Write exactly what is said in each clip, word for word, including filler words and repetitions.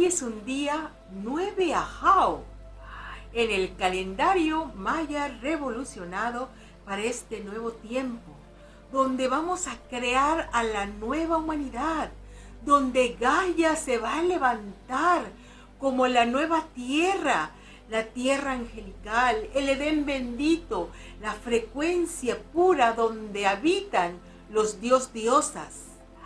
Hoy es un día nueve Ajao en el calendario maya revolucionado para este nuevo tiempo, donde vamos a crear a la nueva humanidad, donde Gaia se va a levantar como la nueva tierra, la tierra angelical, el Edén bendito, la frecuencia pura donde habitan los dios diosas.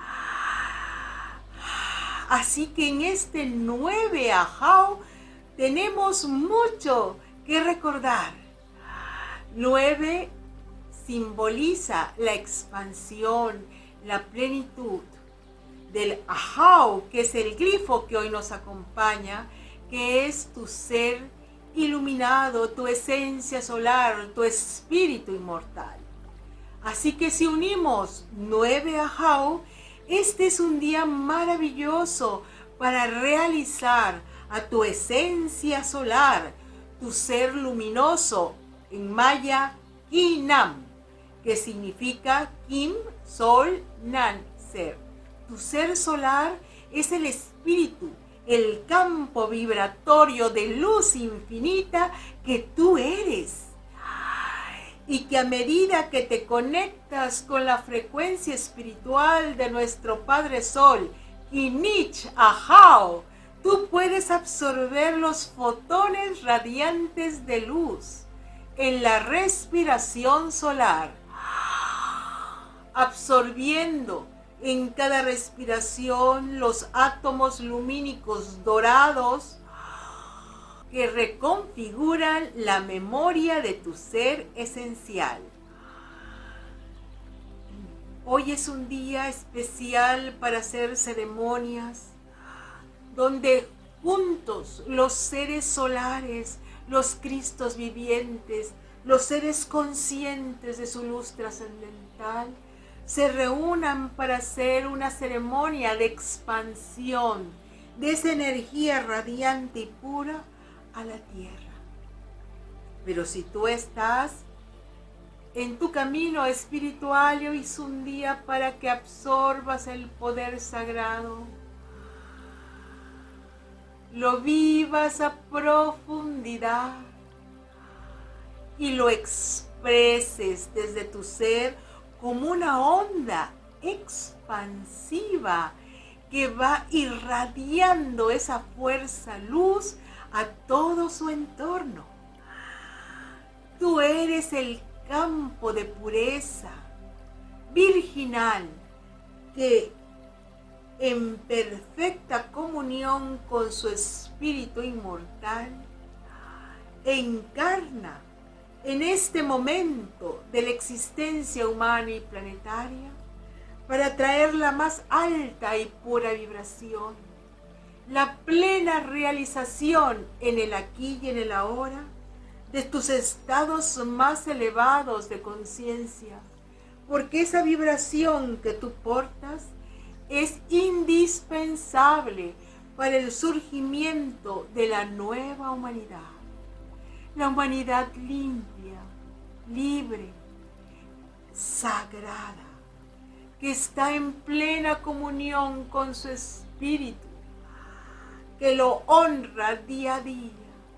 Así que en este nueve Ajao tenemos mucho que recordar. Nueve simboliza la expansión, la plenitud del Ajao, que es el glifo que hoy nos acompaña, que es tu ser iluminado, tu esencia solar, tu espíritu inmortal. Así que si unimos nueve Ajao, este es un día maravilloso para realizar a tu esencia solar, tu ser luminoso, en maya Kinam, que significa Kim, Sol, Nan, Ser. Tu ser solar es el espíritu, el campo vibratorio de luz infinita que tú eres. Y que a medida que te conectas con la frecuencia espiritual de nuestro Padre Sol, Kinich Ajao, tú puedes absorber los fotones radiantes de luz en la respiración solar, absorbiendo en cada respiración los átomos lumínicos dorados que reconfiguran la memoria de tu ser esencial. Hoy es un día especial para hacer ceremonias donde juntos los seres solares, los Cristos vivientes, los seres conscientes de su luz trascendental, se reúnan para hacer una ceremonia de expansión de esa energía radiante y pura a la tierra. Pero si tú estás en tu camino espiritual, hoy es un día para que absorbas el poder sagrado, lo vivas a profundidad y lo expreses desde tu ser como una onda expansiva que va irradiando esa fuerza luz a todo su entorno. Tú eres el campo de pureza virginal que en perfecta comunión con su espíritu inmortal encarna en este momento de la existencia humana y planetaria para traer la más alta y pura vibración, la plena realización en el aquí y en el ahora de tus estados más elevados de conciencia, porque esa vibración que tú portas es indispensable para el surgimiento de la nueva humanidad. La humanidad limpia, libre, sagrada, que está en plena comunión con su espíritu, que lo honra día a día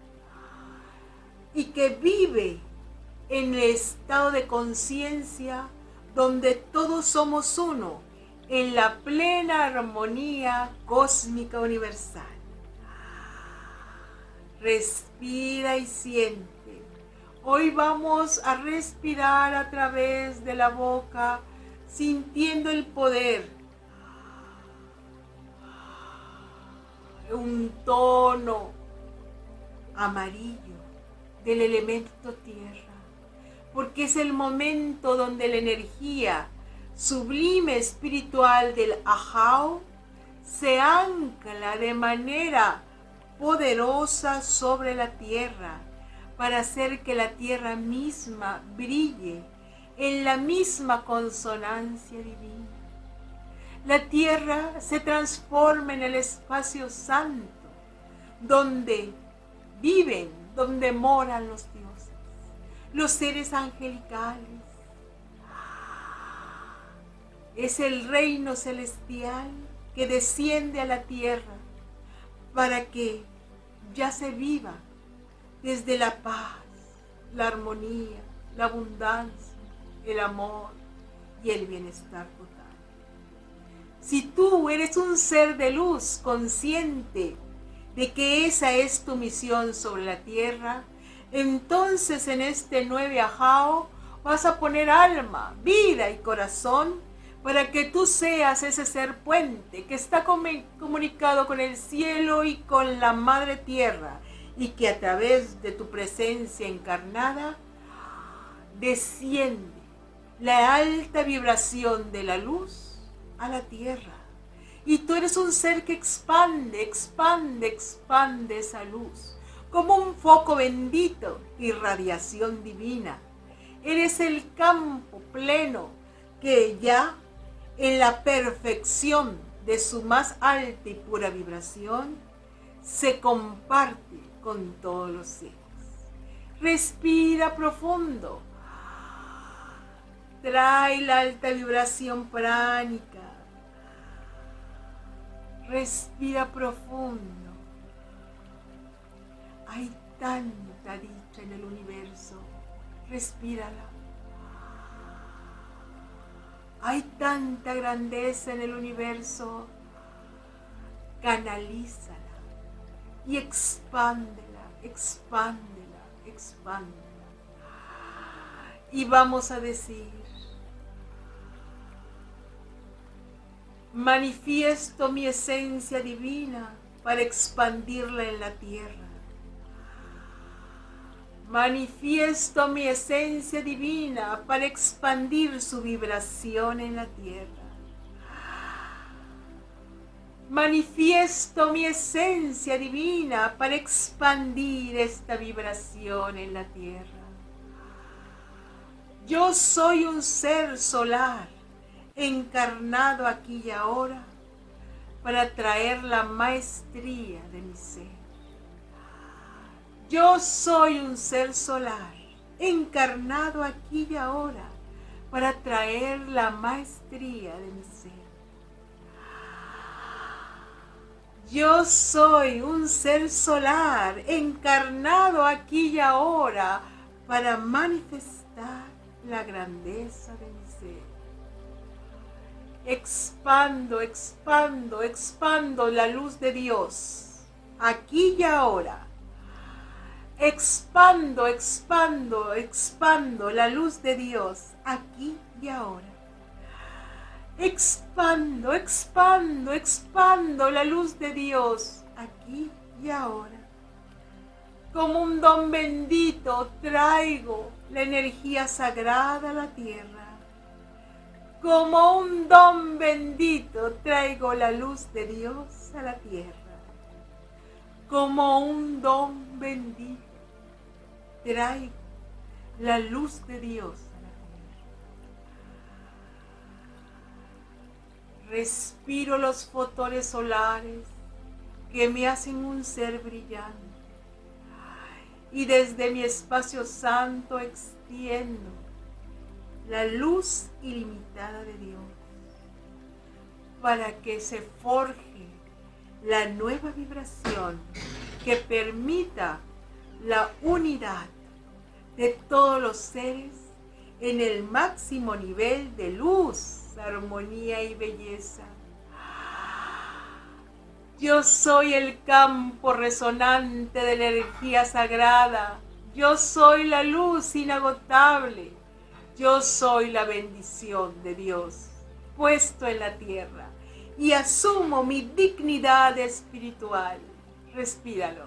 y que vive en el estado de conciencia donde todos somos uno, en la plena armonía cósmica universal. Respira y siente. Hoy vamos a respirar a través de la boca, sintiendo el poder, un tono amarillo del elemento tierra, porque es el momento donde la energía sublime espiritual del Ajao se ancla de manera poderosa sobre la tierra para hacer que la tierra misma brille en la misma consonancia divina. La tierra se transforma en el espacio santo donde viven, donde moran los dioses, los seres angelicales. Es el reino celestial que desciende a la tierra para que ya se viva desde la paz, la armonía, la abundancia, el amor y el bienestar total. Si tú eres un ser de luz consciente de que esa es tu misión sobre la tierra, entonces en este nueve Ajao vas a poner alma, vida y corazón para que tú seas ese ser puente que está comunicado con el cielo y con la madre tierra, y que a través de tu presencia encarnada desciende la alta vibración de la luz a la tierra. Y tú eres un ser que expande, expande, expande esa luz como un foco bendito, irradiación divina. Eres el campo pleno que ya en la perfección de su más alta y pura vibración se comparte con todos los seres. Respira profundo. Trae la alta vibración pránica. Respira profundo. Hay tanta dicha en el universo. Respírala. Hay tanta grandeza en el universo. Canalízala y expándela, expándela, expándela. Y vamos a decir: manifiesto mi esencia divina para expandirla en la tierra. Manifiesto mi esencia divina para expandir su vibración en la tierra. Manifiesto mi esencia divina para expandir esta vibración en la tierra. Yo soy un ser solar encarnado aquí y ahora para traer la maestría de mi ser. Yo soy un ser solar encarnado aquí y ahora para traer la maestría de mi ser. Yo soy un ser solar encarnado aquí y ahora para manifestar la grandeza de mi ser. Expando, expando, expando la luz de Dios aquí y ahora. Expando, expando, expando la luz de Dios aquí y ahora. Expando, expando, expando la luz de Dios aquí y ahora. Como un don bendito traigo la energía sagrada a la tierra. Como un don bendito traigo la luz de Dios a la tierra. Como un don bendito traigo la luz de Dios a la tierra. Respiro los fotones solares que me hacen un ser brillante. Y desde mi espacio santo extiendo la luz ilimitada de Dios para que se forje la nueva vibración que permita la unidad de todos los seres en el máximo nivel de luz, armonía y belleza. Yo soy el campo resonante de la energía sagrada. Yo soy la luz inagotable. Yo soy la bendición de Dios puesto en la tierra y asumo mi dignidad espiritual. Respíralo.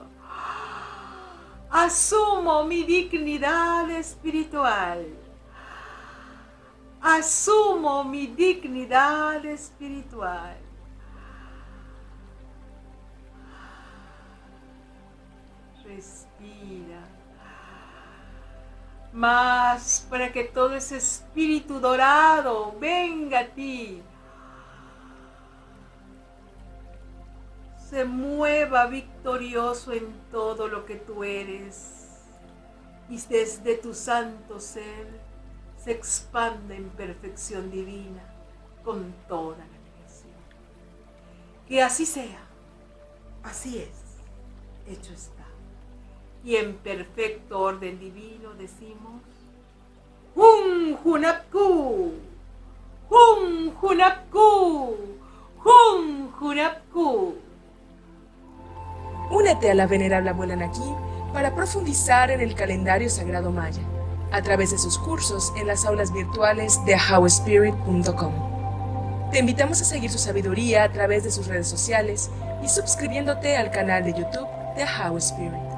Asumo mi dignidad espiritual. Asumo mi dignidad espiritual. Respira. Más para que todo ese espíritu dorado venga a ti. Se mueva victorioso en todo lo que tú eres. Y desde tu santo ser se expande en perfección divina con toda la creación. Que así sea. Así es. hecho está. Y en perfecto orden divino decimos, Hun Hunapku, Hun Hunapku, Hun Hunapku. Únete a la venerable abuela Naki para profundizar en el calendario sagrado maya, a través de sus cursos en las aulas virtuales de ahau spirit punto com. Te invitamos a seguir su sabiduría a través de sus redes sociales y suscribiéndote al canal de YouTube de Ahau Spirit.